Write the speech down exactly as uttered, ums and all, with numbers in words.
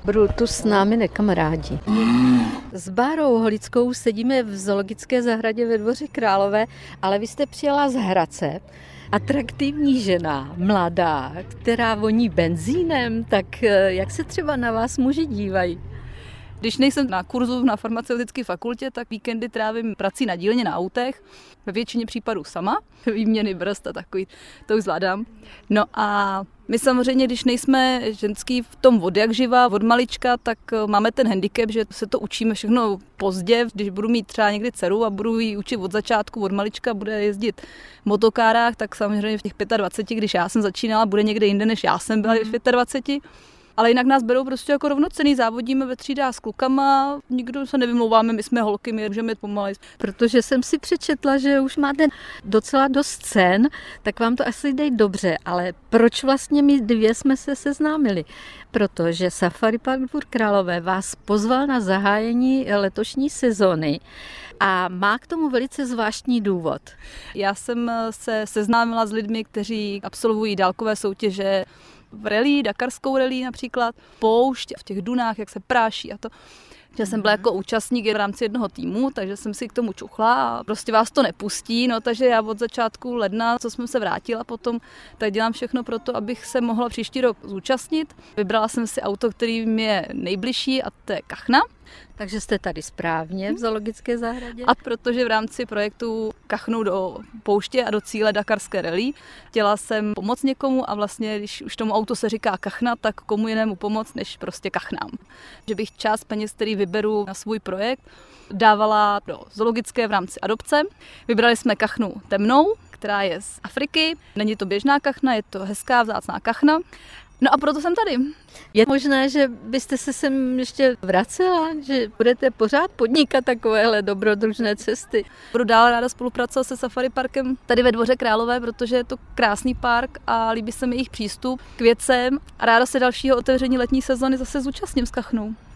Budou tu s námi nekamarádi. S Bárou Holickou sedíme v zoologické zahradě ve Dvoře Králové, ale vy jste přijela z Hradce. Atraktivní žena, mladá, která voní benzínem, tak jak se třeba na vás muži dívají? Když nejsem na kurzu na farmaceutické fakultě, tak víkendy trávím prací na dílně na autech, ve většině případů sama, výměny brzd a takový, to už zvládám. No a my samozřejmě, když nejsme ženský v tom od jak živa, od malička, tak máme ten handicap, že se to učíme všechno pozdě. Když budu mít třeba někdy dceru a budu ji učit od začátku, od malička, bude jezdit v motokárách, tak samozřejmě v těch dvaceti pěti, když já jsem začínala, bude někde jinde, než já jsem byla v dvaceti pěti. Ale jinak nás berou prostě jako rovnocenný, závodíme ve třídách s klukama, nikdo se nevymlouváme, my jsme holky, my můžeme jít pomalej. Protože jsem si přečetla, že už máte docela dost scén, tak vám to asi jde dobře, ale proč vlastně my dvě jsme se seznámili? Protože Safari Park Dvůr Králové vás pozval na zahájení letošní sezony a má k tomu velice zvláštní důvod. Já jsem se seznámila s lidmi, kteří absolvují dálkové soutěže, v rally, dakarskou rally například, poušť v těch dunách, jak se práší a to. Že jsem byla jako účastník v rámci jednoho týmu, takže jsem si k tomu čuchla a prostě vás to nepustí, no takže já od začátku ledna, co jsem se vrátila potom, tak dělám všechno pro to, abych se mohla příští rok zúčastnit. Vybrala jsem si auto, který mi je nejbližší a to je kachna. Takže jste tady správně v zoologické zahradě. A protože v rámci projektu Kachnu do pouště a do cíle dakarské rally chtěla jsem pomoct někomu a vlastně, když už tomu auto se říká kachna, tak komu jinému pomoct, než prostě kachnám. Že bych část peněz, který vyberu na svůj projekt, dávala do zoologické v rámci adopce. Vybrali jsme kachnu temnou, která je z Afriky. Není to běžná kachna, je to hezká vzácná kachna. No a proto jsem tady. Je možné, že byste se sem ještě vracela, že budete pořád podnikat takovéhle dobrodružné cesty? Budu dál ráda spolupracovat se Safari Parkem tady ve Dvoře Králové, protože je to krásný park a líbí se mi jejich přístup k věcem a ráda se dalšího otevření letní sezony zase zúčastním s kachnou.